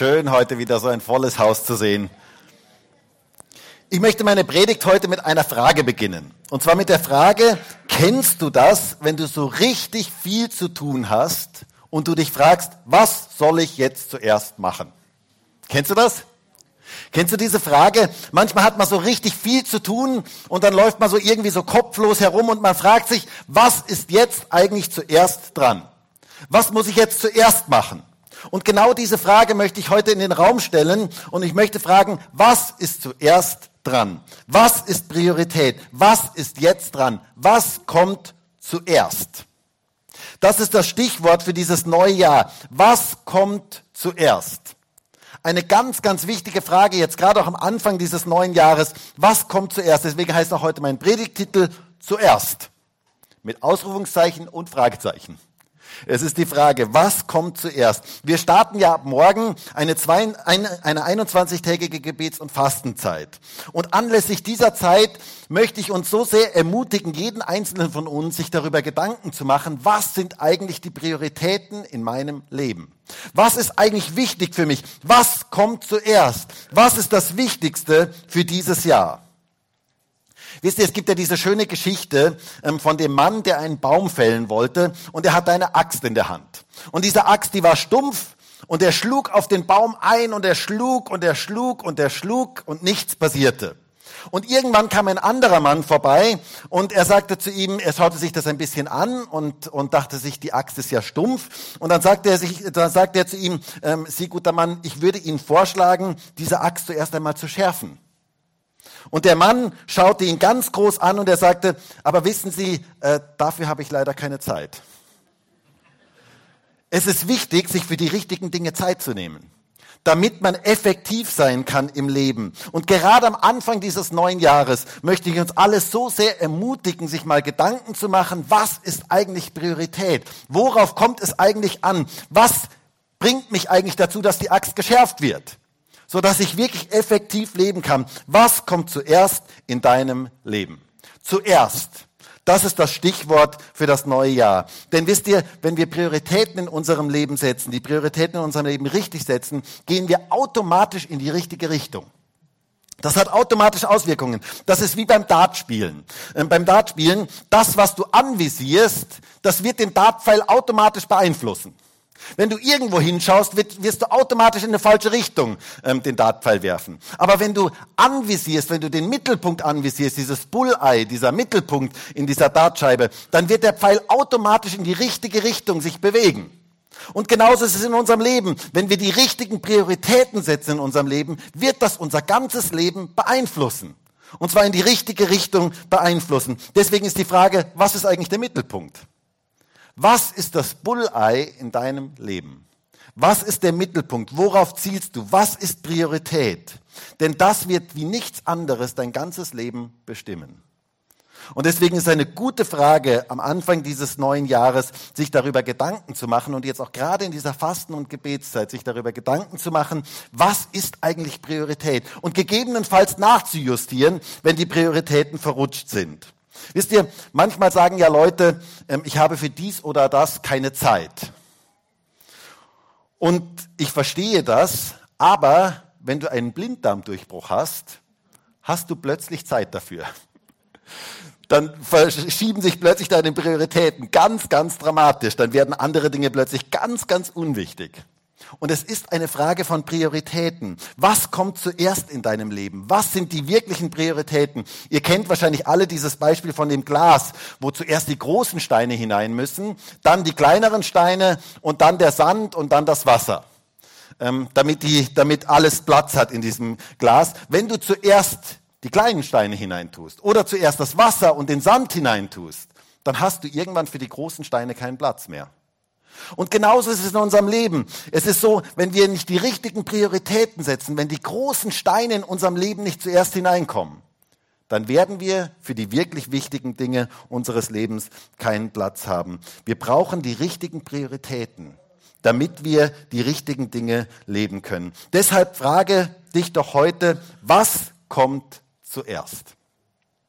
Schön, heute wieder so ein volles Haus zu sehen. Ich möchte meine Predigt heute mit einer Frage beginnen. Und zwar mit der Frage, kennst du das, wenn du so richtig viel zu tun hast und du dich fragst, was soll ich jetzt zuerst machen? Kennst du das? Kennst du diese Frage? Manchmal hat man so richtig viel zu tun und dann läuft man so irgendwie so kopflos herum und man fragt sich, was ist jetzt eigentlich zuerst dran? Was muss ich jetzt zuerst machen? Und genau diese Frage möchte ich heute in den Raum stellen und ich möchte fragen, was ist zuerst dran? Was ist Priorität? Was ist jetzt dran? Was kommt zuerst? Das ist das Stichwort für dieses neue Jahr. Was kommt zuerst? Eine ganz, ganz wichtige Frage, jetzt gerade auch am Anfang dieses neuen Jahres. Was kommt zuerst? Deswegen heißt auch heute mein Predigttitel Zuerst. Mit Ausrufungszeichen und Fragezeichen. Es ist die Frage, was kommt zuerst? Wir starten ja ab morgen eine 21-tägige Gebets- und Fastenzeit. Und anlässlich dieser Zeit möchte ich uns so sehr ermutigen, jeden Einzelnen von uns, sich darüber Gedanken zu machen, was sind eigentlich die Prioritäten in meinem Leben? Was ist eigentlich wichtig für mich? Was kommt zuerst? Was ist das Wichtigste für dieses Jahr? Wisst ihr, es gibt ja diese schöne Geschichte von dem Mann, der einen Baum fällen wollte und er hatte eine Axt in der Hand. Und diese Axt, die war stumpf und er schlug auf den Baum ein und er schlug und er schlug und er schlug und nichts passierte. Und irgendwann kam ein anderer Mann vorbei und er sagte zu ihm, er schaute sich das ein bisschen an und dachte sich, die Axt ist ja stumpf. Und dann sagte er zu ihm, Sie guter Mann, ich würde Ihnen vorschlagen, diese Axt zuerst einmal zu schärfen. Und der Mann schaute ihn ganz groß an und er sagte, aber wissen Sie, dafür habe ich leider keine Zeit. Es ist wichtig, sich für die richtigen Dinge Zeit zu nehmen, damit man effektiv sein kann im Leben. Und gerade am Anfang dieses neuen Jahres möchte ich uns alle so sehr ermutigen, sich mal Gedanken zu machen, was ist eigentlich Priorität? Worauf kommt es eigentlich an? Was bringt mich eigentlich dazu, dass die Axt geschärft wird? Sodass ich wirklich effektiv leben kann. Was kommt zuerst in deinem Leben? Zuerst. Das ist das Stichwort für das neue Jahr. Denn wisst ihr, wenn wir Prioritäten in unserem Leben setzen, die Prioritäten in unserem Leben richtig setzen, gehen wir automatisch in die richtige Richtung. Das hat automatisch Auswirkungen. Das ist wie beim Dartspielen. Beim Dartspielen, das, was du anvisierst, das wird den Dartpfeil automatisch beeinflussen. Wenn du irgendwo hinschaust, wirst du automatisch in eine falsche Richtung den Dartpfeil werfen. Aber wenn du anvisierst, wenn du den Mittelpunkt anvisierst, dieses Bullseye, dieser Mittelpunkt in dieser Dartscheibe, dann wird der Pfeil automatisch in die richtige Richtung sich bewegen. Und genauso ist es in unserem Leben. Wenn wir die richtigen Prioritäten setzen in unserem Leben, wird das unser ganzes Leben beeinflussen. Und zwar in die richtige Richtung beeinflussen. Deswegen ist die Frage, was ist eigentlich der Mittelpunkt? Was ist das Bullseye in deinem Leben? Was ist der Mittelpunkt? Worauf zielst du? Was ist Priorität? Denn das wird wie nichts anderes dein ganzes Leben bestimmen. Und deswegen ist eine gute Frage am Anfang dieses neuen Jahres, sich darüber Gedanken zu machen und jetzt auch gerade in dieser Fasten- und Gebetszeit sich darüber Gedanken zu machen, was ist eigentlich Priorität? Und gegebenenfalls nachzujustieren, wenn die Prioritäten verrutscht sind. Wisst ihr, manchmal sagen ja Leute, ich habe für dies oder das keine Zeit. Und ich verstehe das, aber wenn du einen Blinddarmdurchbruch hast, hast du plötzlich Zeit dafür. Dann verschieben sich plötzlich deine Prioritäten ganz, ganz dramatisch. Dann werden andere Dinge plötzlich ganz, ganz unwichtig. Und es ist eine Frage von Prioritäten. Was kommt zuerst in deinem Leben? Was sind die wirklichen Prioritäten? Ihr kennt wahrscheinlich alle dieses Beispiel von dem Glas, wo zuerst die großen Steine hinein müssen, dann die kleineren Steine und dann der Sand und dann das Wasser. Damit alles Platz hat in diesem Glas. Wenn du zuerst die kleinen Steine hineintust oder zuerst das Wasser und den Sand hineintust, dann hast du irgendwann für die großen Steine keinen Platz mehr. Und genauso ist es in unserem Leben. Es ist so, wenn wir nicht die richtigen Prioritäten setzen, wenn die großen Steine in unserem Leben nicht zuerst hineinkommen, dann werden wir für die wirklich wichtigen Dinge unseres Lebens keinen Platz haben. Wir brauchen die richtigen Prioritäten, damit wir die richtigen Dinge leben können. Deshalb frage dich doch heute, was kommt zuerst?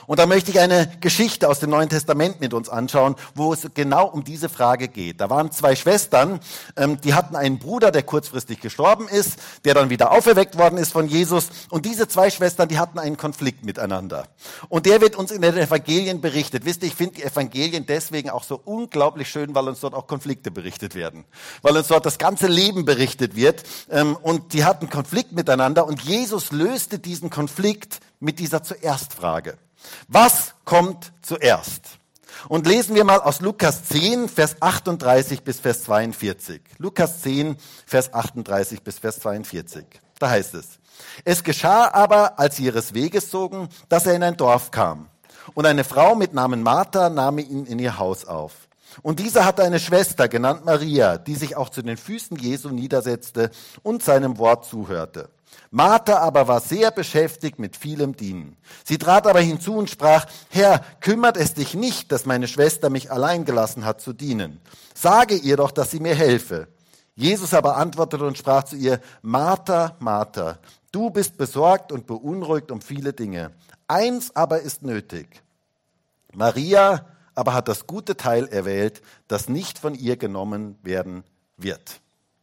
Und da möchte ich eine Geschichte aus dem Neuen Testament mit uns anschauen, wo es genau um diese Frage geht. Da waren zwei Schwestern, die hatten einen Bruder, der kurzfristig gestorben ist, der dann wieder auferweckt worden ist von Jesus. Und diese zwei Schwestern, die hatten einen Konflikt miteinander. Und der wird uns in den Evangelien berichtet. Wisst ihr, ich finde die Evangelien deswegen auch so unglaublich schön, weil uns dort auch Konflikte berichtet werden. Weil uns dort das ganze Leben berichtet wird. Und die hatten Konflikt miteinander. Und Jesus löste diesen Konflikt mit dieser Zuerst-Frage. Was kommt zuerst? Und lesen wir mal aus Lukas 10, Vers 38 bis Vers 42. Lukas 10, Vers 38 bis Vers 42. Da heißt es: Es geschah aber, als sie ihres Weges zogen, dass er in ein Dorf kam. Und eine Frau mit Namen Martha nahm ihn in ihr Haus auf. Und diese hatte eine Schwester, genannt Maria, die sich auch zu den Füßen Jesu niedersetzte und seinem Wort zuhörte. Martha aber war sehr beschäftigt mit vielem Dienen. Sie trat aber hinzu und sprach: Herr, kümmert es dich nicht, dass meine Schwester mich allein gelassen hat zu dienen? Sage ihr doch, dass sie mir helfe. Jesus aber antwortete und sprach zu ihr: Martha, Martha, du bist besorgt und beunruhigt um viele Dinge. Eins aber ist nötig. Maria aber hat das gute Teil erwählt, das nicht von ihr genommen werden wird.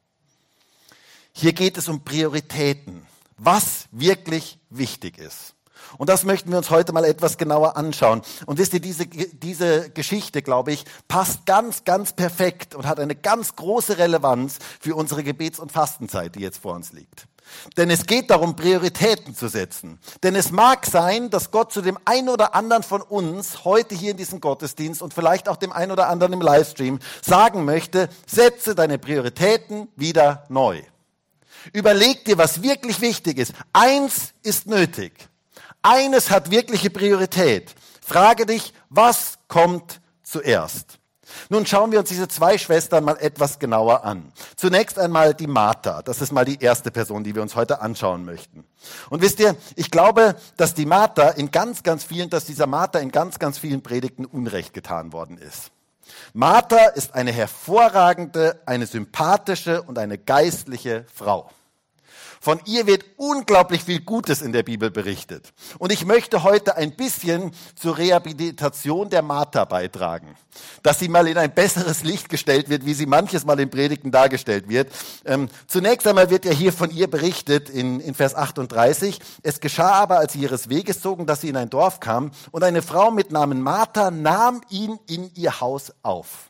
Hier geht es um Prioritäten, was wirklich wichtig ist. Und das möchten wir uns heute mal etwas genauer anschauen. Und wisst ihr, diese Geschichte, glaube ich, passt ganz, ganz perfekt und hat eine ganz große Relevanz für unsere Gebets- und Fastenzeit, die jetzt vor uns liegt. Denn es geht darum, Prioritäten zu setzen. Denn es mag sein, dass Gott zu dem einen oder anderen von uns heute hier in diesem Gottesdienst und vielleicht auch dem einen oder anderen im Livestream sagen möchte: Setze deine Prioritäten wieder neu. Überleg dir, was wirklich wichtig ist. Eins ist nötig. Eines hat wirkliche Priorität. Frage dich, was kommt zuerst? Nun schauen wir uns diese zwei Schwestern mal etwas genauer an. Zunächst einmal die Martha. Das ist mal die erste Person, die wir uns heute anschauen möchten. Und wisst ihr, ich glaube, dass dieser Martha in ganz, ganz vielen Predigten Unrecht getan worden ist. Martha ist eine hervorragende, eine sympathische und eine geistliche Frau. Von ihr wird unglaublich viel Gutes in der Bibel berichtet. Und ich möchte heute ein bisschen zur Rehabilitation der Martha beitragen. Dass sie mal in ein besseres Licht gestellt wird, wie sie manches Mal in Predigten dargestellt wird. Zunächst einmal wird ja hier von ihr berichtet in Vers 38. Es geschah aber, als sie ihres Weges zogen, dass sie in ein Dorf kam. Und eine Frau mit Namen Martha nahm ihn in ihr Haus auf.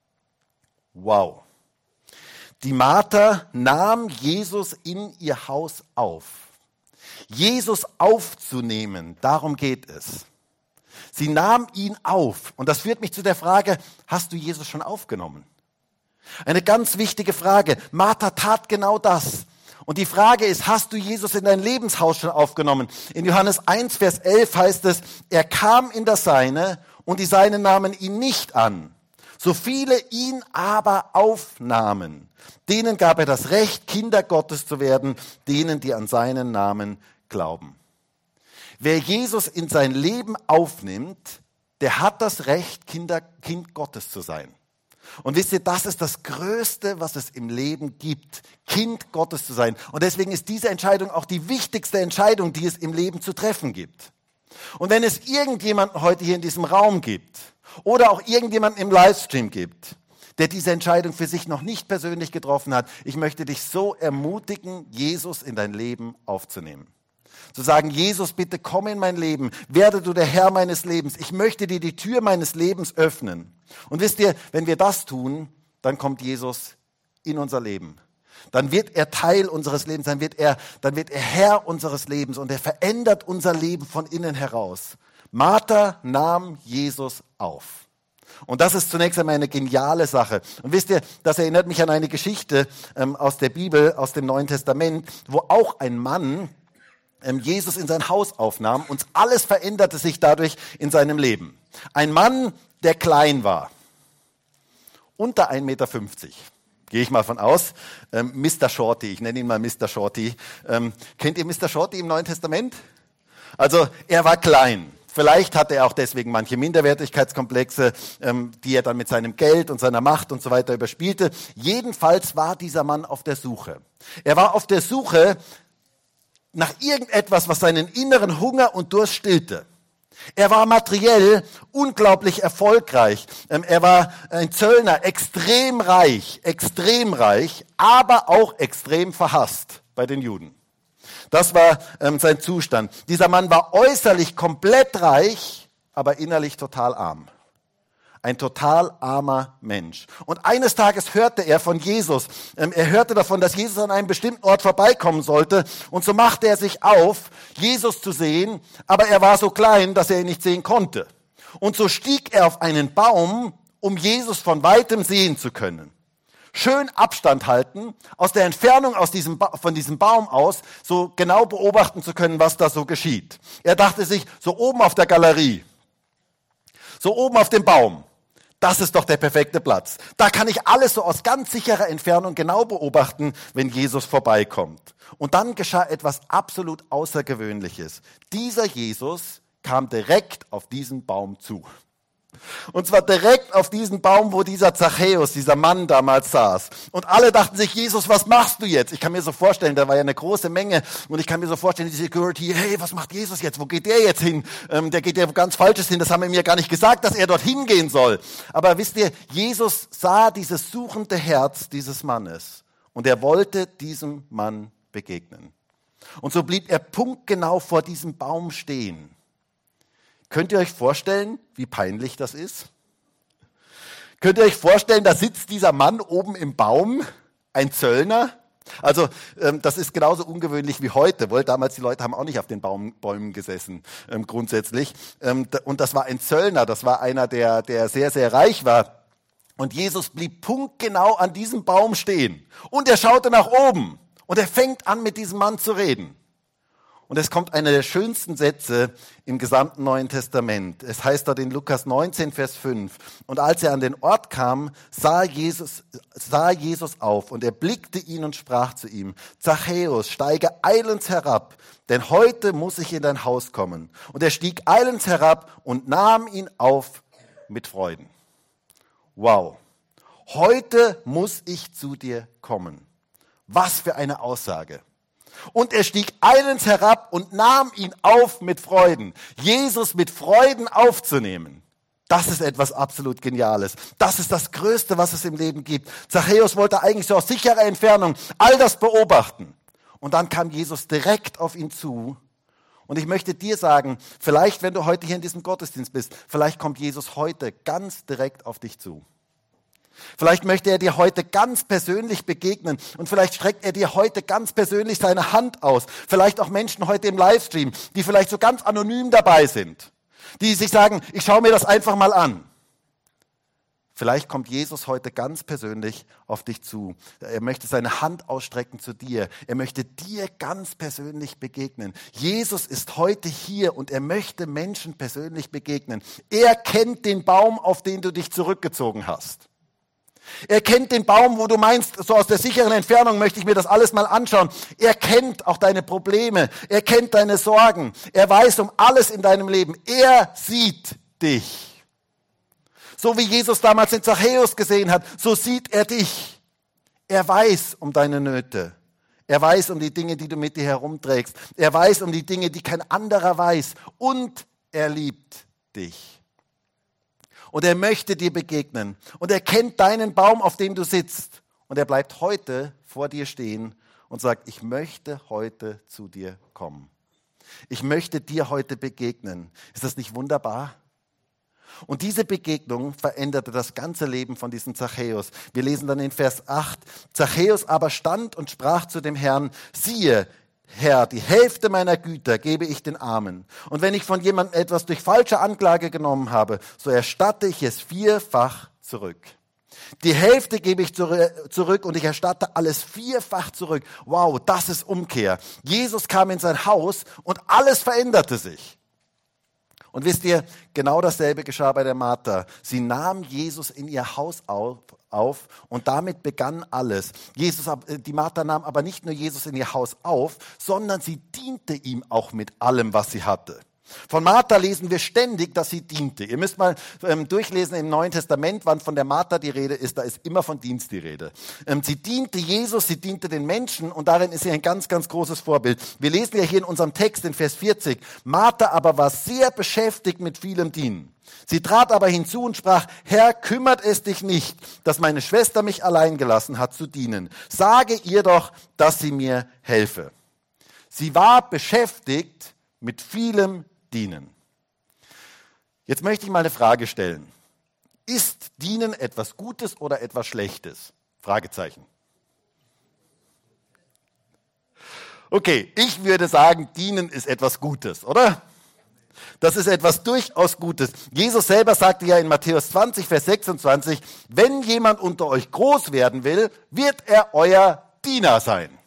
Wow. Die Martha nahm Jesus in ihr Haus auf. Jesus aufzunehmen, darum geht es. Sie nahm ihn auf. Und das führt mich zu der Frage: Hast du Jesus schon aufgenommen? Eine ganz wichtige Frage. Martha tat genau das. Und die Frage ist: Hast du Jesus in dein Lebenshaus schon aufgenommen? In Johannes 1, Vers 11 heißt es: Er kam in das Seine und die Seinen nahmen ihn nicht an. So viele ihn aber aufnahmen, denen gab er das Recht, Kinder Gottes zu werden, denen, die an seinen Namen glauben. Wer Jesus in sein Leben aufnimmt, der hat das Recht, Kind Gottes zu sein. Und wisst ihr, das ist das Größte, was es im Leben gibt, Kind Gottes zu sein. Und deswegen ist diese Entscheidung auch die wichtigste Entscheidung, die es im Leben zu treffen gibt. Und wenn es irgendjemanden heute hier in diesem Raum gibt oder auch irgendjemanden im Livestream gibt, der diese Entscheidung für sich noch nicht persönlich getroffen hat, ich möchte dich so ermutigen, Jesus in dein Leben aufzunehmen. Zu sagen: Jesus, bitte komm in mein Leben, werde du der Herr meines Lebens. Ich möchte dir die Tür meines Lebens öffnen. Und wisst ihr, wenn wir das tun, dann kommt Jesus in unser Leben. Dann wird er Teil unseres Lebens, dann wird er Herr unseres Lebens und er verändert unser Leben von innen heraus. Martha nahm Jesus auf. Und das ist zunächst einmal eine geniale Sache. Und wisst ihr, das erinnert mich an eine Geschichte aus der Bibel, aus dem Neuen Testament, wo auch ein Mann Jesus in sein Haus aufnahm und alles veränderte sich dadurch in seinem Leben. Ein Mann, der klein war, unter 1,50 Meter. Gehe ich mal von aus. Mr. Shorty, ich nenne ihn mal Mr. Shorty. Kennt ihr Mr. Shorty im Neuen Testament? Also er war klein. Vielleicht hatte er auch deswegen manche Minderwertigkeitskomplexe, die er dann mit seinem Geld und seiner Macht und so weiter überspielte. Jedenfalls war dieser Mann auf der Suche. Er war auf der Suche nach irgendetwas, was seinen inneren Hunger und Durst stillte. Er war materiell unglaublich erfolgreich. Er war ein Zöllner, extrem reich, aber auch extrem verhasst bei den Juden. Das war sein Zustand. Dieser Mann war äußerlich komplett reich, aber innerlich total arm. Ein total armer Mensch. Und eines Tages hörte er von Jesus. Er hörte davon, dass Jesus an einem bestimmten Ort vorbeikommen sollte. Und so machte er sich auf, Jesus zu sehen. Aber er war so klein, dass er ihn nicht sehen konnte. Und so stieg er auf einen Baum, um Jesus von weitem sehen zu können. Schön Abstand halten, aus der Entfernung von diesem Baum aus, so genau beobachten zu können, was da so geschieht. Er dachte sich, so oben auf der Galerie, so oben auf dem Baum, das ist doch der perfekte Platz. Da kann ich alles so aus ganz sicherer Entfernung genau beobachten, wenn Jesus vorbeikommt. Und dann geschah etwas absolut Außergewöhnliches. Dieser Jesus kam direkt auf diesen Baum zu. Und zwar direkt auf diesen Baum, wo dieser Zachäus, dieser Mann damals saß. Und alle dachten sich, Jesus, was machst du jetzt? Ich kann mir so vorstellen, da war ja eine große Menge. Und ich kann mir so vorstellen, die Security, hey, was macht Jesus jetzt? Wo geht der jetzt hin? Der geht ja ganz Falsches hin. Das haben wir mir gar nicht gesagt, dass er dorthin gehen soll. Aber wisst ihr, Jesus sah dieses suchende Herz dieses Mannes. Und er wollte diesem Mann begegnen. Und so blieb er punktgenau vor diesem Baum stehen. Könnt ihr euch vorstellen, wie peinlich das ist? Könnt ihr euch vorstellen, da sitzt dieser Mann oben im Baum, ein Zöllner? Also das ist genauso ungewöhnlich wie heute, weil damals die Leute haben auch nicht auf den Bäumen gesessen, grundsätzlich. Und das war ein Zöllner, das war einer, der sehr, sehr reich war. Und Jesus blieb punktgenau an diesem Baum stehen. Und er schaute nach oben und er fängt an, mit diesem Mann zu reden. Und es kommt einer der schönsten Sätze im gesamten Neuen Testament. Es heißt dort in Lukas 19, Vers 5. Und als er an den Ort kam, sah Jesus auf und er blickte ihn und sprach zu ihm, Zachäus, steige eilends herab, denn heute muss ich in dein Haus kommen. Und er stieg eilends herab und nahm ihn auf mit Freuden. Wow, heute muss ich zu dir kommen. Was für eine Aussage. Und er stieg eilends herab und nahm ihn auf mit Freuden. Jesus mit Freuden aufzunehmen, das ist etwas absolut Geniales. Das ist das Größte, was es im Leben gibt. Zachäus wollte eigentlich so aus sicherer Entfernung all das beobachten. Und dann kam Jesus direkt auf ihn zu. Und ich möchte dir sagen, vielleicht, wenn du heute hier in diesem Gottesdienst bist, vielleicht kommt Jesus heute ganz direkt auf dich zu. Vielleicht möchte er dir heute ganz persönlich begegnen und vielleicht streckt er dir heute ganz persönlich seine Hand aus. Vielleicht auch Menschen heute im Livestream, die vielleicht so ganz anonym dabei sind, die sich sagen, ich schaue mir das einfach mal an. Vielleicht kommt Jesus heute ganz persönlich auf dich zu. Er möchte seine Hand ausstrecken zu dir. Er möchte dir ganz persönlich begegnen. Jesus ist heute hier und er möchte Menschen persönlich begegnen. Er kennt den Baum, auf den du dich zurückgezogen hast. Er kennt den Baum, wo du meinst, so aus der sicheren Entfernung möchte ich mir das alles mal anschauen. Er kennt auch deine Probleme. Er kennt deine Sorgen. Er weiß um alles in deinem Leben. Er sieht dich. So wie Jesus damals den Zachäus gesehen hat, so sieht er dich. Er weiß um deine Nöte. Er weiß um die Dinge, die du mit dir herumträgst. Er weiß um die Dinge, die kein anderer weiß. Und er liebt dich. Und er möchte dir begegnen. Und er kennt deinen Baum, auf dem du sitzt. Und er bleibt heute vor dir stehen und sagt, ich möchte heute zu dir kommen. Ich möchte dir heute begegnen. Ist das nicht wunderbar? Und diese Begegnung veränderte das ganze Leben von diesem Zachäus. Wir lesen dann in Vers 8, Zachäus aber stand und sprach zu dem Herrn, siehe, Herr, die Hälfte meiner Güter gebe ich den Armen. Und wenn ich von jemandem etwas durch falsche Anklage genommen habe, so erstatte ich es 4-fach zurück. Die Hälfte gebe ich zurück und ich erstatte alles 4-fach zurück. Wow, das ist Umkehr. Jesus kam in sein Haus und alles veränderte sich. Und wisst ihr, genau dasselbe geschah bei der Martha. Sie nahm Jesus in ihr Haus auf und damit begann alles. Die Martha nahm aber nicht nur Jesus in ihr Haus auf, sondern sie diente ihm auch mit allem, was sie hatte. Von Martha lesen wir ständig, dass sie diente. Ihr müsst mal durchlesen im Neuen Testament, wann von der Martha die Rede ist, da ist immer von Dienst die Rede. Sie diente Jesus, sie diente den Menschen und darin ist sie ein ganz, ganz großes Vorbild. Wir lesen ja hier in unserem Text in Vers 40, Martha aber war sehr beschäftigt mit vielem Dienen. Sie trat aber hinzu und sprach, Herr, kümmert es dich nicht, dass meine Schwester mich allein gelassen hat zu dienen. Sage ihr doch, dass sie mir helfe. Sie war beschäftigt mit vielem Dienen. Jetzt möchte ich mal eine Frage stellen. Ist Dienen etwas Gutes oder etwas Schlechtes? Fragezeichen. Okay, ich würde sagen, Dienen ist etwas Gutes, oder? Das ist etwas durchaus Gutes. Jesus selber sagte ja in Matthäus 20, Vers 26, wenn jemand unter euch groß werden will, wird er euer Diener sein.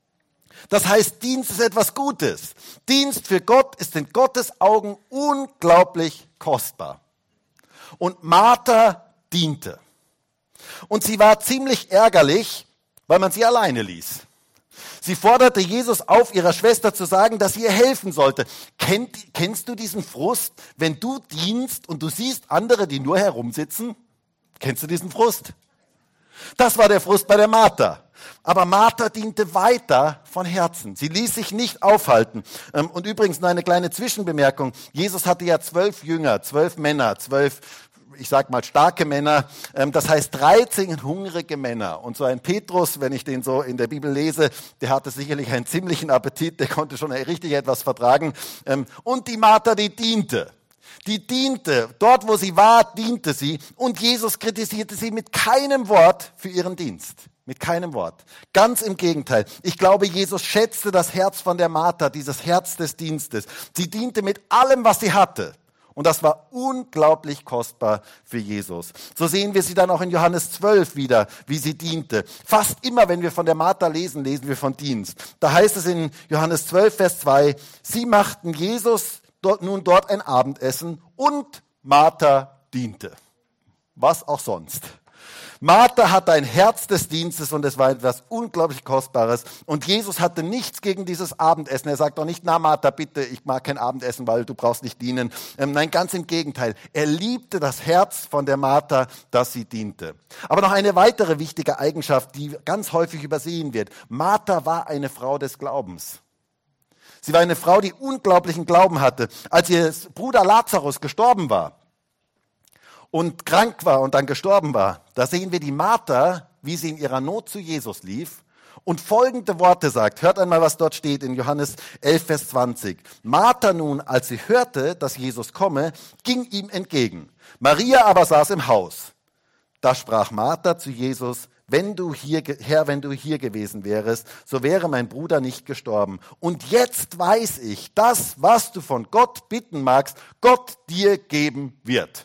Das heißt, Dienst ist etwas Gutes. Dienst für Gott ist in Gottes Augen unglaublich kostbar. Und Martha diente. Und sie war ziemlich ärgerlich, weil man sie alleine ließ. Sie forderte Jesus auf, ihrer Schwester zu sagen, dass sie ihr helfen sollte. Kennst du diesen Frust, wenn du dienst und du siehst andere, die nur herumsitzen? Kennst du diesen Frust? Das war der Frust bei der Martha. Aber Martha diente weiter von Herzen. Sie ließ sich nicht aufhalten. Und übrigens noch eine kleine Zwischenbemerkung. Jesus hatte ja 12 Jünger, 12 Männer, 12, ich sag mal, starke Männer. Das heißt 13 hungrige Männer. Und so ein Petrus, wenn ich den so in der Bibel lese, der hatte sicherlich einen ziemlichen Appetit, der konnte schon richtig etwas vertragen. Und die Martha, die diente. Die diente, dort wo sie war, diente sie und Jesus kritisierte sie mit keinem Wort für ihren Dienst. Mit keinem Wort. Ganz im Gegenteil. Ich glaube, Jesus schätzte das Herz von der Martha, dieses Herz des Dienstes. Sie diente mit allem, was sie hatte. Und das war unglaublich kostbar für Jesus. So sehen wir sie dann auch in Johannes 12 wieder, wie sie diente. Fast immer, wenn wir von der Martha lesen, lesen wir von Dienst. Da heißt es in Johannes 12, Vers 2, sie machten Jesus dort ein Abendessen und Martha diente. Was auch sonst. Martha hatte ein Herz des Dienstes und es war etwas unglaublich Kostbares. Und Jesus hatte nichts gegen dieses Abendessen. Er sagt doch nicht, na Martha, bitte, ich mag kein Abendessen, weil du brauchst nicht dienen. Nein, ganz im Gegenteil. Er liebte das Herz von der Martha, dass sie diente. Aber noch eine weitere wichtige Eigenschaft, die ganz häufig übersehen wird. Martha war eine Frau des Glaubens. Sie war eine Frau, die unglaublichen Glauben hatte. Als ihr Bruder Lazarus gestorben war und krank war und dann gestorben war, da sehen wir die Martha, wie sie in ihrer Not zu Jesus lief und folgende Worte sagt. Hört einmal, was dort steht in Johannes 11, Vers 20. Martha nun, als sie hörte, dass Jesus komme, ging ihm entgegen. Maria aber saß im Haus. Da sprach Martha zu Jesus, Herr, wenn du hier gewesen wärest, so wäre mein Bruder nicht gestorben. Und jetzt weiß ich, das, was du von Gott bitten magst, Gott dir geben wird.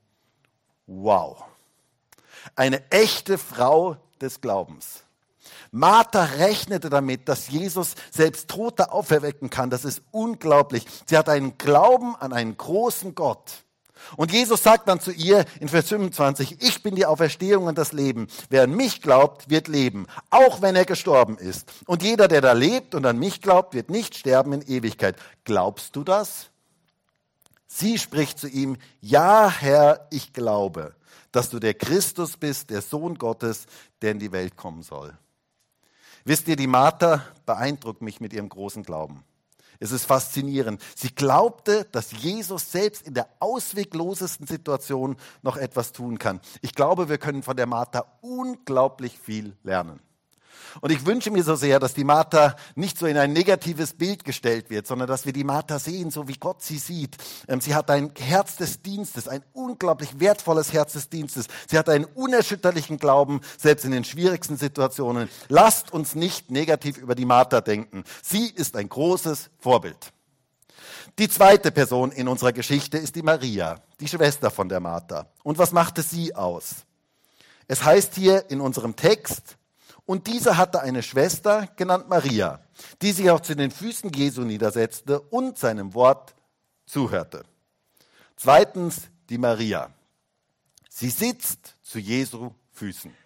Wow. Eine echte Frau des Glaubens. Martha rechnete damit, dass Jesus selbst Tote auferwecken kann. Das ist unglaublich. Sie hat einen Glauben an einen großen Gott. Und Jesus sagt dann zu ihr in Vers 25, ich bin die Auferstehung und das Leben. Wer an mich glaubt, wird leben, auch wenn er gestorben ist. Und jeder, der da lebt und an mich glaubt, wird nicht sterben in Ewigkeit. Glaubst du das? Sie spricht zu ihm, ja Herr, ich glaube, dass du der Christus bist, der Sohn Gottes, der in die Welt kommen soll. Wisst ihr, die Martha beeindruckt mich mit ihrem großen Glauben. Es ist faszinierend. Sie glaubte, dass Jesus selbst in der ausweglosesten Situation noch etwas tun kann. Ich glaube, wir können von der Martha unglaublich viel lernen. Und ich wünsche mir so sehr, dass die Martha nicht so in ein negatives Bild gestellt wird, sondern dass wir die Martha sehen, so wie Gott sie sieht. Sie hat ein Herz des Dienstes, ein unglaublich wertvolles Herz des Dienstes. Sie hat einen unerschütterlichen Glauben, selbst in den schwierigsten Situationen. Lasst uns nicht negativ über die Martha denken. Sie ist ein großes Vorbild. Die zweite Person in unserer Geschichte ist die Maria, die Schwester von der Martha. Und was machte sie aus? Es heißt hier in unserem Text, und diese hatte eine Schwester, genannt Maria, die sich auch zu den Füßen Jesu niedersetzte und seinem Wort zuhörte. Zweitens die Maria. Sie sitzt zu Jesu Füßen.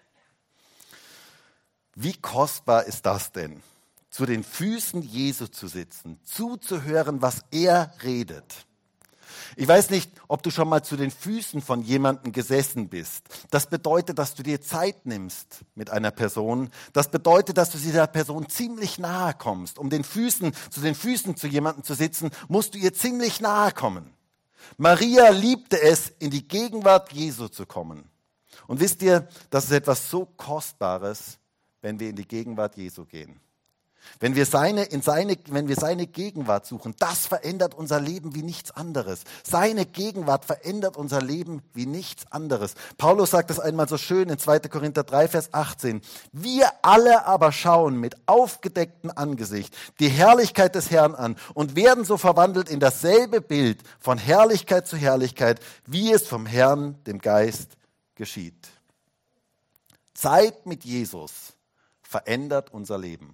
Wie kostbar ist das denn, zu den Füßen Jesu zu sitzen, zuzuhören, was er redet. Ich weiß nicht, ob du schon mal zu den Füßen von jemandem gesessen bist. Das bedeutet, dass du dir Zeit nimmst mit einer Person. Das bedeutet, dass du dieser Person ziemlich nahe kommst. Um zu den Füßen zu jemandem zu sitzen, musst du ihr ziemlich nahe kommen. Maria liebte es, in die Gegenwart Jesu zu kommen. Und wisst ihr, das ist etwas so Kostbares, wenn wir in die Gegenwart Jesu gehen. Wenn wir seine Gegenwart suchen, das verändert unser Leben wie nichts anderes. Seine Gegenwart verändert unser Leben wie nichts anderes. Paulus sagt das einmal so schön in 2. Korinther 3, Vers 18. Wir alle aber schauen mit aufgedecktem Angesicht die Herrlichkeit des Herrn an und werden so verwandelt in dasselbe Bild von Herrlichkeit zu Herrlichkeit, wie es vom Herrn, dem Geist, geschieht. Zeit mit Jesus verändert unser Leben.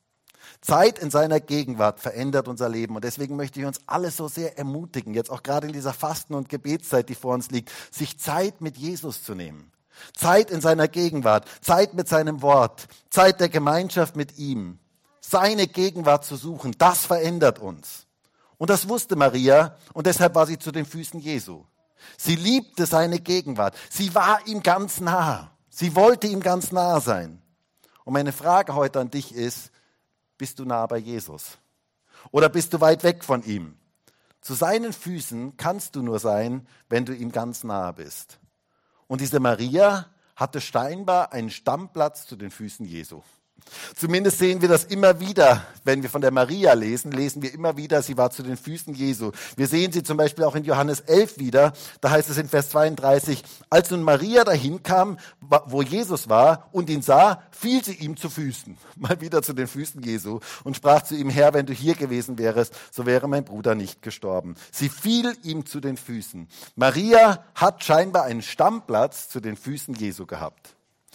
Zeit in seiner Gegenwart verändert unser Leben. Und deswegen möchte ich uns alle so sehr ermutigen, jetzt auch gerade in dieser Fasten- und Gebetszeit, die vor uns liegt, sich Zeit mit Jesus zu nehmen. Zeit in seiner Gegenwart, Zeit mit seinem Wort, Zeit der Gemeinschaft mit ihm. Seine Gegenwart zu suchen, das verändert uns. Und das wusste Maria und deshalb war sie zu den Füßen Jesu. Sie liebte seine Gegenwart. Sie war ihm ganz nah. Sie wollte ihm ganz nah sein. Und meine Frage heute an dich ist, bist du nah bei Jesus? Oder bist du weit weg von ihm? Zu seinen Füßen kannst du nur sein, wenn du ihm ganz nahe bist. Und diese Maria hatte scheinbar einen Stammplatz zu den Füßen Jesu. Zumindest sehen wir das immer wieder, wenn wir von der Maria lesen wir immer wieder, sie war zu den Füßen Jesu. Wir sehen sie zum Beispiel auch in Johannes 11 wieder, da heißt es in Vers 32, als nun Maria dahin kam, wo Jesus war und ihn sah, fiel sie ihm zu Füßen, mal wieder zu den Füßen Jesu und sprach zu ihm, Herr, wenn du hier gewesen wärest, so wäre mein Bruder nicht gestorben. Sie fiel ihm zu den Füßen. Maria hat scheinbar einen Stammplatz zu den Füßen Jesu gehabt.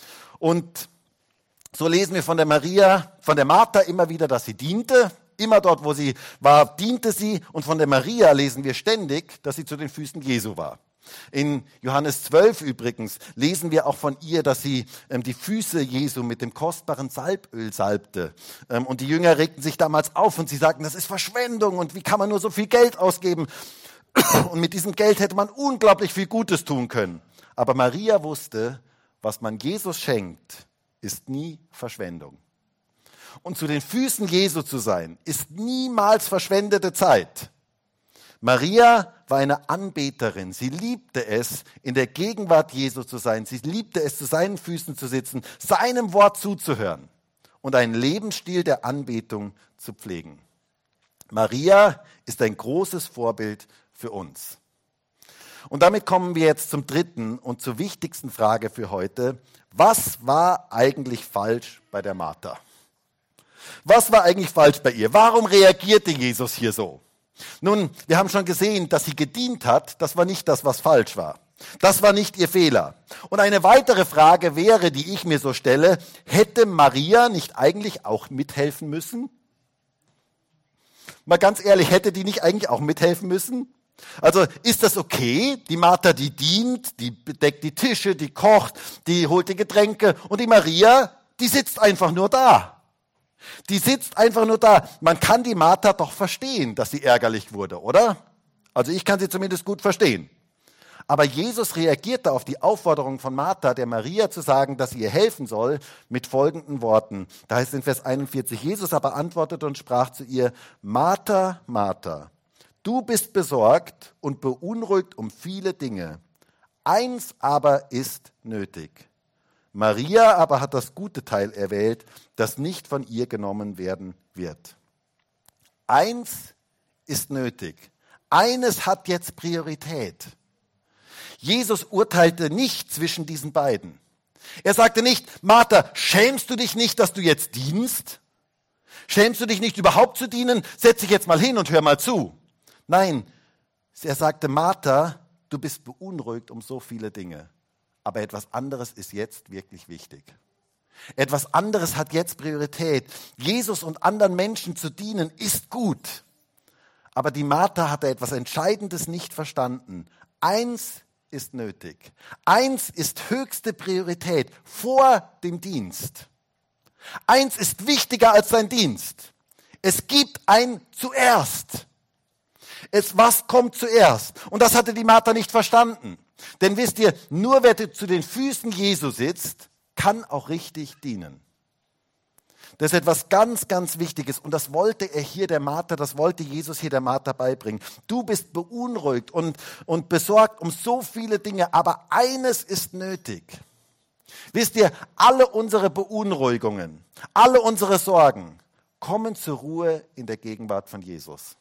Und so lesen wir von der Martha immer wieder, dass sie diente. Immer dort, wo sie war, diente sie. Und von der Maria lesen wir ständig, dass sie zu den Füßen Jesu war. In Johannes 12 übrigens lesen wir auch von ihr, dass sie die Füße Jesu mit dem kostbaren Salböl salbte. Und die Jünger regten sich damals auf und sie sagten, das ist Verschwendung und wie kann man nur so viel Geld ausgeben? Und mit diesem Geld hätte man unglaublich viel Gutes tun können. Aber Maria wusste, was man Jesus schenkt, ist nie Verschwendung. Und zu den Füßen Jesu zu sein, ist niemals verschwendete Zeit. Maria war eine Anbeterin. Sie liebte es, in der Gegenwart Jesu zu sein. Sie liebte es, zu seinen Füßen zu sitzen, seinem Wort zuzuhören und einen Lebensstil der Anbetung zu pflegen. Maria ist ein großes Vorbild für uns. Und damit kommen wir jetzt zum dritten und zur wichtigsten Frage für heute. Was war eigentlich falsch bei der Martha? Was war eigentlich falsch bei ihr? Warum reagierte Jesus hier so? Nun, wir haben schon gesehen, dass sie gedient hat. Das war nicht das, was falsch war. Das war nicht ihr Fehler. Und eine weitere Frage wäre, die ich mir so stelle, hätte Maria nicht eigentlich auch mithelfen müssen? Mal ganz ehrlich, hätte die nicht eigentlich auch mithelfen müssen? Also ist das okay? Die Martha, die dient, die bedeckt die Tische, die kocht, die holt die Getränke und die Maria, die sitzt einfach nur da. Die sitzt einfach nur da. Man kann die Martha doch verstehen, dass sie ärgerlich wurde, oder? Also ich kann sie zumindest gut verstehen. Aber Jesus reagierte auf die Aufforderung von Martha, der Maria zu sagen, dass sie ihr helfen soll, mit folgenden Worten. Da heißt es in Vers 41, Jesus aber antwortete und sprach zu ihr, Martha, Martha, du bist besorgt und beunruhigt um viele Dinge. Eins aber ist nötig. Maria aber hat das gute Teil erwählt, das nicht von ihr genommen werden wird. Eins ist nötig. Eines hat jetzt Priorität. Jesus urteilte nicht zwischen diesen beiden. Er sagte nicht, Martha, schämst du dich nicht, dass du jetzt dienst? Schämst du dich nicht, überhaupt zu dienen? Setz dich jetzt mal hin und hör mal zu. Nein, er sagte, Martha, du bist beunruhigt um so viele Dinge. Aber etwas anderes ist jetzt wirklich wichtig. Etwas anderes hat jetzt Priorität. Jesus und anderen Menschen zu dienen ist gut. Aber die Martha hatte etwas Entscheidendes nicht verstanden. Eins ist nötig. Eins ist höchste Priorität vor dem Dienst. Eins ist wichtiger als dein Dienst. Es gibt ein zuerst. Was kommt zuerst? Und das hatte die Martha nicht verstanden. Denn wisst ihr, nur wer zu den Füßen Jesu sitzt, kann auch richtig dienen. Das ist etwas ganz, ganz Wichtiges und das wollte er hier der Martha, das wollte Jesus hier der Martha beibringen. Du bist beunruhigt und besorgt um so viele Dinge, aber eines ist nötig. Wisst ihr, alle unsere Beunruhigungen, alle unsere Sorgen kommen zur Ruhe in der Gegenwart von Jesus.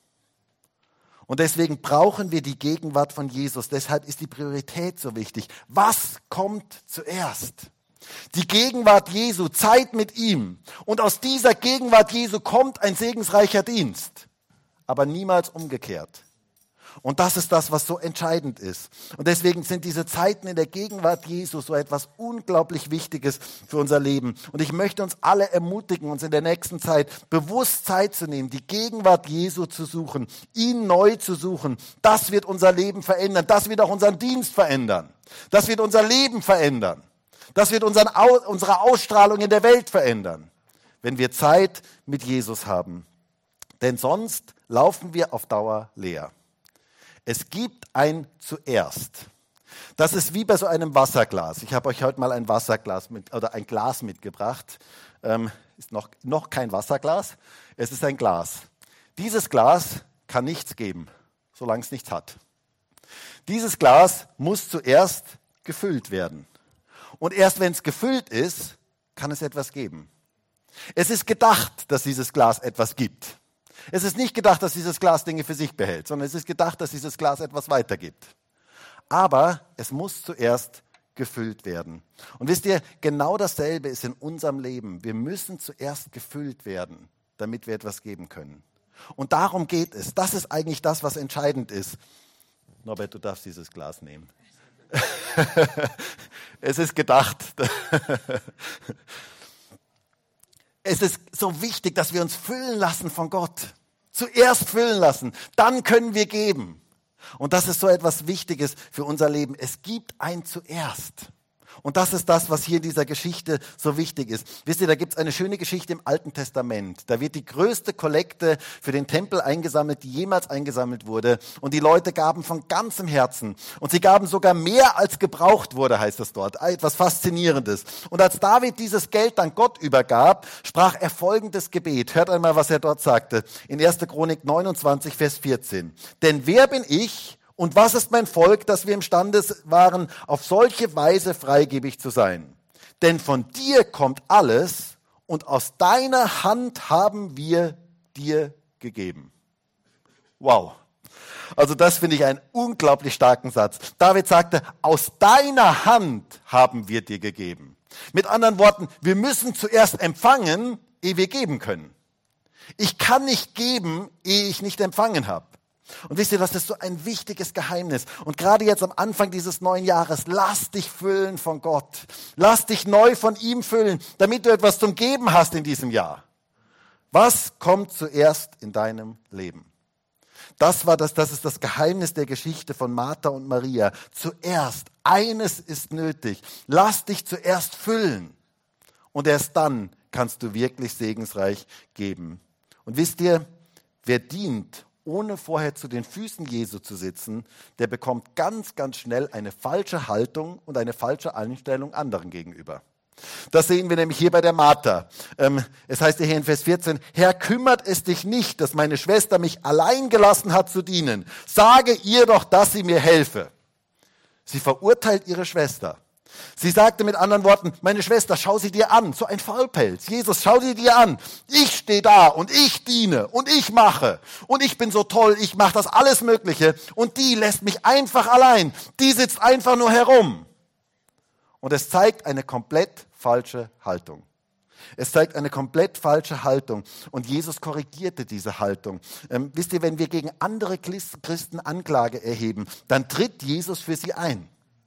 Und deswegen brauchen wir die Gegenwart von Jesus. Deshalb ist die Priorität so wichtig. Was kommt zuerst? Die Gegenwart Jesu, Zeit mit ihm. Und aus dieser Gegenwart Jesu kommt ein segensreicher Dienst. Aber niemals umgekehrt. Und das ist das, was so entscheidend ist. Und deswegen sind diese Zeiten in der Gegenwart Jesu so etwas unglaublich Wichtiges für unser Leben. Und ich möchte uns alle ermutigen, uns in der nächsten Zeit bewusst Zeit zu nehmen, die Gegenwart Jesu zu suchen, ihn neu zu suchen. Das wird unser Leben verändern. Das wird auch unseren Dienst verändern. Das wird unser Leben verändern. Das wird unsere Ausstrahlung in der Welt verändern, wenn wir Zeit mit Jesus haben. Denn sonst laufen wir auf Dauer leer. Es gibt ein Zuerst. Das ist wie bei so einem Wasserglas. Ich habe euch heute mal ein ein Glas mitgebracht. Ist noch kein Wasserglas, es ist ein Glas. Dieses Glas kann nichts geben, solange es nichts hat. Dieses Glas muss zuerst gefüllt werden. Und erst wenn es gefüllt ist, kann es etwas geben. Es ist gedacht, dass dieses Glas etwas gibt. Es ist nicht gedacht, dass dieses Glas Dinge für sich behält, sondern es ist gedacht, dass dieses Glas etwas weitergibt. Aber es muss zuerst gefüllt werden. Und wisst ihr, genau dasselbe ist in unserem Leben. Wir müssen zuerst gefüllt werden, damit wir etwas geben können. Und darum geht es. Das ist eigentlich das, was entscheidend ist. Norbert, du darfst dieses Glas nehmen. Es ist gedacht. Es ist so wichtig, dass wir uns füllen lassen von Gott. Zuerst füllen lassen, dann können wir geben. Und das ist so etwas Wichtiges für unser Leben. Es gibt ein Zuerst. Und das ist das, was hier in dieser Geschichte so wichtig ist. Wisst ihr, da gibt es eine schöne Geschichte im Alten Testament. Da wird die größte Kollekte für den Tempel eingesammelt, die jemals eingesammelt wurde. Und die Leute gaben von ganzem Herzen. Und sie gaben sogar mehr, als gebraucht wurde, heißt es dort. Etwas Faszinierendes. Und als David dieses Geld dann Gott übergab, sprach er folgendes Gebet. Hört einmal, was er dort sagte. In 1. Chronik 29, Vers 14. Denn wer bin ich und was ist mein Volk, dass wir imstande waren, auf solche Weise freigebig zu sein? Denn von dir kommt alles und aus deiner Hand haben wir dir gegeben. Wow. Also das finde ich einen unglaublich starken Satz. David sagte, aus deiner Hand haben wir dir gegeben. Mit anderen Worten, wir müssen zuerst empfangen, ehe wir geben können. Ich kann nicht geben, ehe ich nicht empfangen habe. Und wisst ihr, das ist so ein wichtiges Geheimnis. Und gerade jetzt am Anfang dieses neuen Jahres, lass dich füllen von Gott. Lass dich neu von ihm füllen, damit du etwas zum Geben hast in diesem Jahr. Was kommt zuerst in deinem Leben? Das ist das Geheimnis der Geschichte von Martha und Maria. Zuerst, eines ist nötig. Lass dich zuerst füllen. Und erst dann kannst du wirklich segensreich geben. Und wisst ihr, wer dient, ohne vorher zu den Füßen Jesu zu sitzen, der bekommt ganz, ganz schnell eine falsche Haltung und eine falsche Einstellung anderen gegenüber. Das sehen wir nämlich hier bei der Martha. Es heißt hier in Vers 14, Herr, kümmert es dich nicht, dass meine Schwester mich allein gelassen hat zu dienen. Sage ihr doch, dass sie mir helfe. Sie verurteilt ihre Schwester. Sie sagte mit anderen Worten, meine Schwester, schau sie dir an, so ein Faulpelz. Jesus, schau sie dir an. Ich stehe da und ich diene und ich mache und ich bin so toll, ich mache das alles Mögliche und die lässt mich einfach allein. Die sitzt einfach nur herum. Und es zeigt eine komplett falsche Haltung. Es zeigt eine komplett falsche Haltung. Und Jesus korrigierte diese Haltung. Wisst ihr, wenn wir gegen andere Christen Anklage erheben, dann tritt Jesus für sie ein.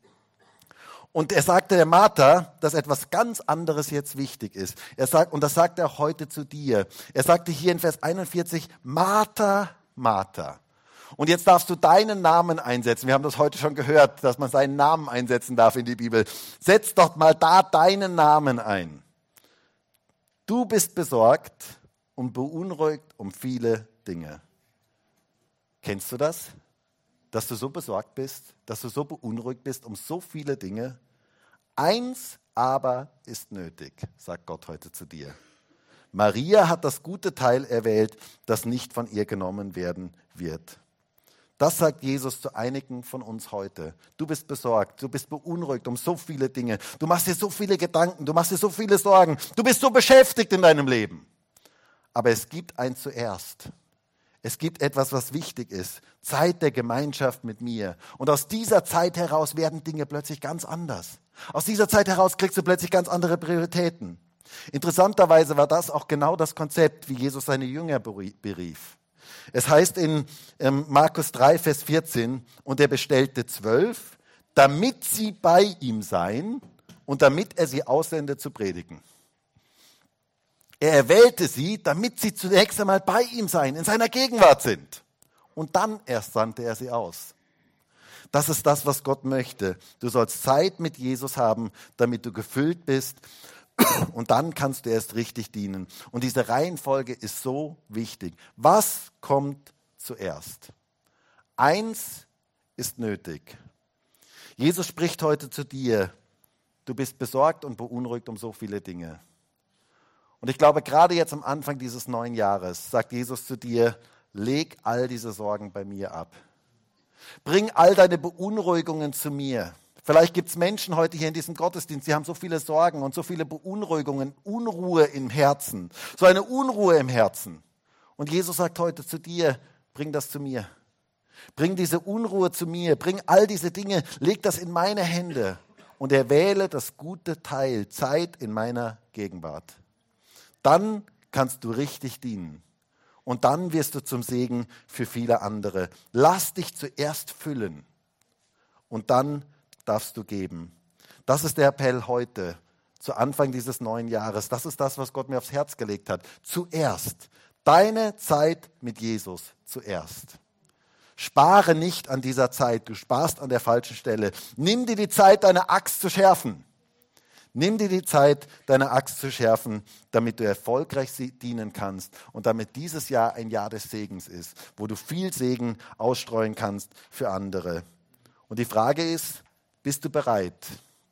Und er sagte der Martha, dass etwas ganz anderes jetzt wichtig ist. Und das sagt er auch heute zu dir. Er sagte hier in Vers 41, Martha, Martha. Und jetzt darfst du deinen Namen einsetzen. Wir haben das heute schon gehört, dass man seinen Namen einsetzen darf in die Bibel. Setz doch mal da deinen Namen ein. Du bist besorgt und beunruhigt um viele Dinge. Kennst du das? Dass du so besorgt bist, dass du so beunruhigt bist um so viele Dinge? Eins aber ist nötig, sagt Gott heute zu dir. Maria hat das gute Teil erwählt, das nicht von ihr genommen werden wird. Das sagt Jesus zu einigen von uns heute. Du bist besorgt, du bist beunruhigt um so viele Dinge. Du machst dir so viele Gedanken, du machst dir so viele Sorgen. Du bist so beschäftigt in deinem Leben. Aber es gibt ein Zuerst. Es gibt etwas, was wichtig ist. Zeit der Gemeinschaft mit mir. Und aus dieser Zeit heraus werden Dinge plötzlich ganz anders. Aus dieser Zeit heraus kriegst du plötzlich ganz andere Prioritäten. Interessanterweise war das auch genau das Konzept, wie Jesus seine Jünger berief. Es heißt in Markus 3, Vers 14, und er bestellte 12, damit sie bei ihm seien und damit er sie aussende zu predigen. Er erwählte sie, damit sie zunächst einmal bei ihm seien, in seiner Gegenwart sind. Und dann erst sandte er sie aus. Das ist das, was Gott möchte. Du sollst Zeit mit Jesus haben, damit du gefüllt bist. Und dann kannst du erst richtig dienen. Und diese Reihenfolge ist so wichtig. Was kommt zuerst? Eins ist nötig. Jesus spricht heute zu dir. Du bist besorgt und beunruhigt um so viele Dinge. Und ich glaube, gerade jetzt am Anfang dieses neuen Jahres sagt Jesus zu dir, leg all diese Sorgen bei mir ab. Bring all deine Beunruhigungen zu mir. Vielleicht gibt es Menschen heute hier in diesem Gottesdienst, die haben so viele Sorgen und so viele Beunruhigungen, Unruhe im Herzen, so eine Unruhe im Herzen. Und Jesus sagt heute zu dir, bring das zu mir. Bring diese Unruhe zu mir, bring all diese Dinge, leg das in meine Hände und erwähle das gute Teil, Zeit in meiner Gegenwart. Dann kannst du richtig dienen. Und dann wirst du zum Segen für viele andere. Lass dich zuerst füllen und dann darfst du geben. Das ist der Appell heute, zu Anfang dieses neuen Jahres. Das ist das, was Gott mir aufs Herz gelegt hat. Zuerst. Deine Zeit mit Jesus zuerst. Spare nicht an dieser Zeit, du sparst an der falschen Stelle. Nimm dir die Zeit, deine Axt zu schärfen. Nimm dir die Zeit, deine Axt zu schärfen, damit du erfolgreich dienen kannst und damit dieses Jahr ein Jahr des Segens ist, wo du viel Segen ausstreuen kannst für andere. Und die Frage ist, bist du bereit,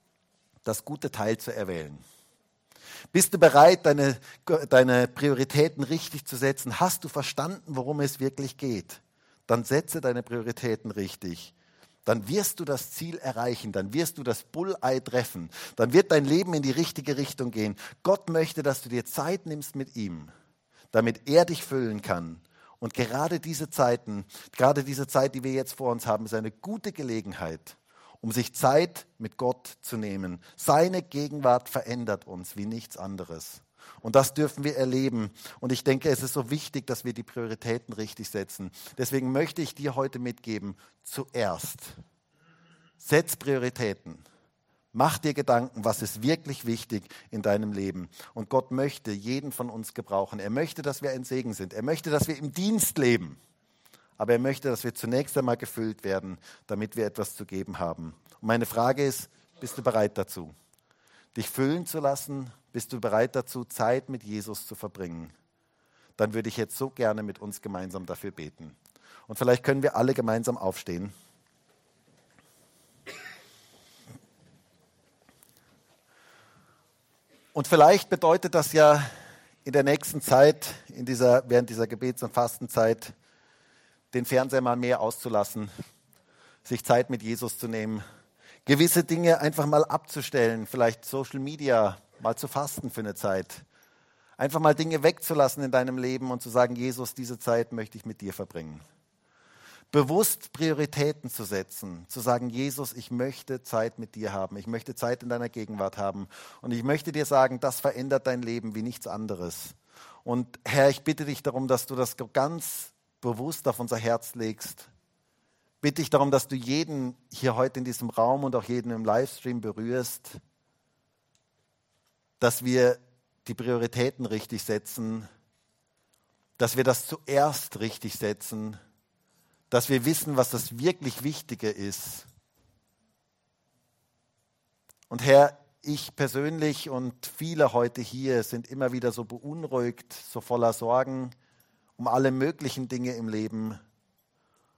das gute Teil zu erwählen? Bist du bereit, deine Prioritäten richtig zu setzen? Hast du verstanden, worum es wirklich geht? Dann setze deine Prioritäten richtig. Dann wirst du das Ziel erreichen, dann wirst du das Bullseye treffen, dann wird dein Leben in die richtige Richtung gehen. Gott möchte, dass du dir Zeit nimmst mit ihm, damit er dich füllen kann. Und gerade diese Zeit, die wir jetzt vor uns haben, ist eine gute Gelegenheit, um sich Zeit mit Gott zu nehmen. Seine Gegenwart verändert uns wie nichts anderes. Und das dürfen wir erleben. Und ich denke, es ist so wichtig, dass wir die Prioritäten richtig setzen. Deswegen möchte ich dir heute mitgeben, zuerst. Setz Prioritäten. Mach dir Gedanken, was ist wirklich wichtig in deinem Leben. Und Gott möchte jeden von uns gebrauchen. Er möchte, dass wir ein Segen sind. Er möchte, dass wir im Dienst leben. Aber er möchte, dass wir zunächst einmal gefüllt werden, damit wir etwas zu geben haben. Und meine Frage ist, bist du bereit dazu? Dich füllen zu lassen? Bist du bereit dazu, Zeit mit Jesus zu verbringen? Dann würde ich jetzt so gerne mit uns gemeinsam dafür beten. Und vielleicht können wir alle gemeinsam aufstehen. Und vielleicht bedeutet das ja in der nächsten Zeit, während dieser Gebets- und Fastenzeit, den Fernseher mal mehr auszulassen, sich Zeit mit Jesus zu nehmen, gewisse Dinge einfach mal abzustellen, vielleicht Social Media mal zu fasten für eine Zeit, einfach mal Dinge wegzulassen in deinem Leben und zu sagen, Jesus, diese Zeit möchte ich mit dir verbringen. Bewusst Prioritäten zu setzen, zu sagen, Jesus, ich möchte Zeit mit dir haben, ich möchte Zeit in deiner Gegenwart haben und ich möchte dir sagen, das verändert dein Leben wie nichts anderes. Und Herr, ich bitte dich darum, dass du das ganz bewusst auf unser Herz legst. Bitte dich darum, dass du jeden hier heute in diesem Raum und auch jeden im Livestream berührst, dass wir die Prioritäten richtig setzen, dass wir das zuerst richtig setzen, dass wir wissen, was das wirklich Wichtige ist. Und Herr, ich persönlich und viele heute hier sind immer wieder so beunruhigt, so voller Sorgen um alle möglichen Dinge im Leben.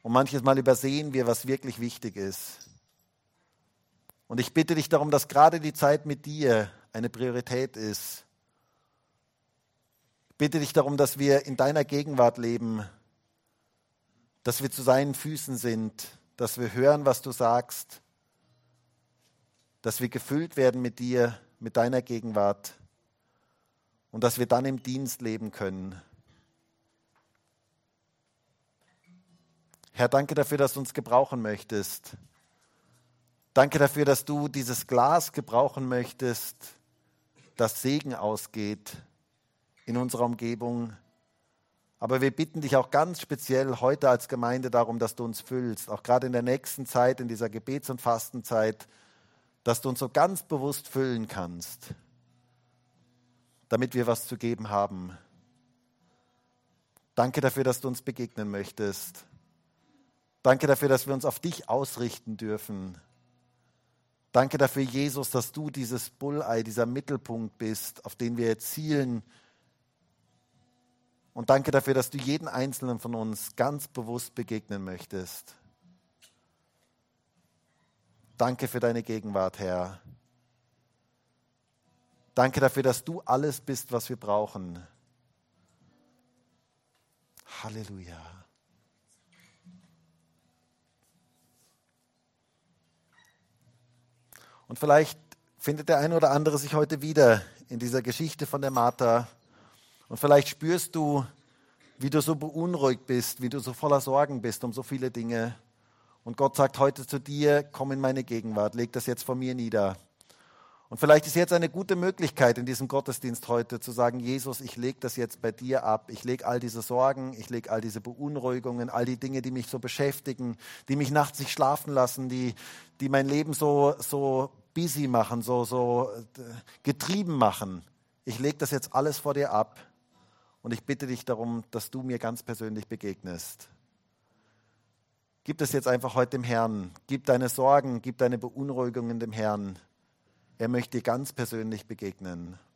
Und manches Mal übersehen wir, was wirklich wichtig ist. Und ich bitte dich darum, dass gerade die Zeit mit dir eine Priorität ist. Ich bitte dich darum, dass wir in deiner Gegenwart leben, dass wir zu seinen Füßen sind, dass wir hören, was du sagst, dass wir gefüllt werden mit dir, mit deiner Gegenwart und dass wir dann im Dienst leben können. Herr, danke dafür, dass du uns gebrauchen möchtest. Danke dafür, dass du dieses Glas gebrauchen möchtest, das Segen ausgeht in unserer Umgebung. Aber wir bitten dich auch ganz speziell heute als Gemeinde darum, dass du uns füllst, auch gerade in der nächsten Zeit, in dieser Gebets- und Fastenzeit, dass du uns so ganz bewusst füllen kannst, damit wir was zu geben haben. Danke dafür, dass du uns begegnen möchtest. Danke dafür, dass wir uns auf dich ausrichten dürfen. Danke dafür, Jesus, dass du dieses Bullseye, dieser Mittelpunkt bist, auf den wir zielen. Und danke dafür, dass du jeden Einzelnen von uns ganz bewusst begegnen möchtest. Danke für deine Gegenwart, Herr. Danke dafür, dass du alles bist, was wir brauchen. Halleluja. Und vielleicht findet der eine oder andere sich heute wieder in dieser Geschichte von der Martha. Und vielleicht spürst du, wie du so beunruhigt bist, wie du so voller Sorgen bist um so viele Dinge. Und Gott sagt heute zu dir, komm in meine Gegenwart, leg das jetzt vor mir nieder. Und vielleicht ist jetzt eine gute Möglichkeit in diesem Gottesdienst heute zu sagen, Jesus, ich lege das jetzt bei dir ab. Ich lege all diese Sorgen, ich lege all diese Beunruhigungen, all die Dinge, die mich so beschäftigen, die mich nachts nicht schlafen lassen, die mein Leben so busy machen, so getrieben machen. Ich lege das jetzt alles vor dir ab und ich bitte dich darum, dass du mir ganz persönlich begegnest. Gib es jetzt einfach heute dem Herrn. Gib deine Sorgen, gib deine Beunruhigungen dem Herrn. Er möchte dir ganz persönlich begegnen.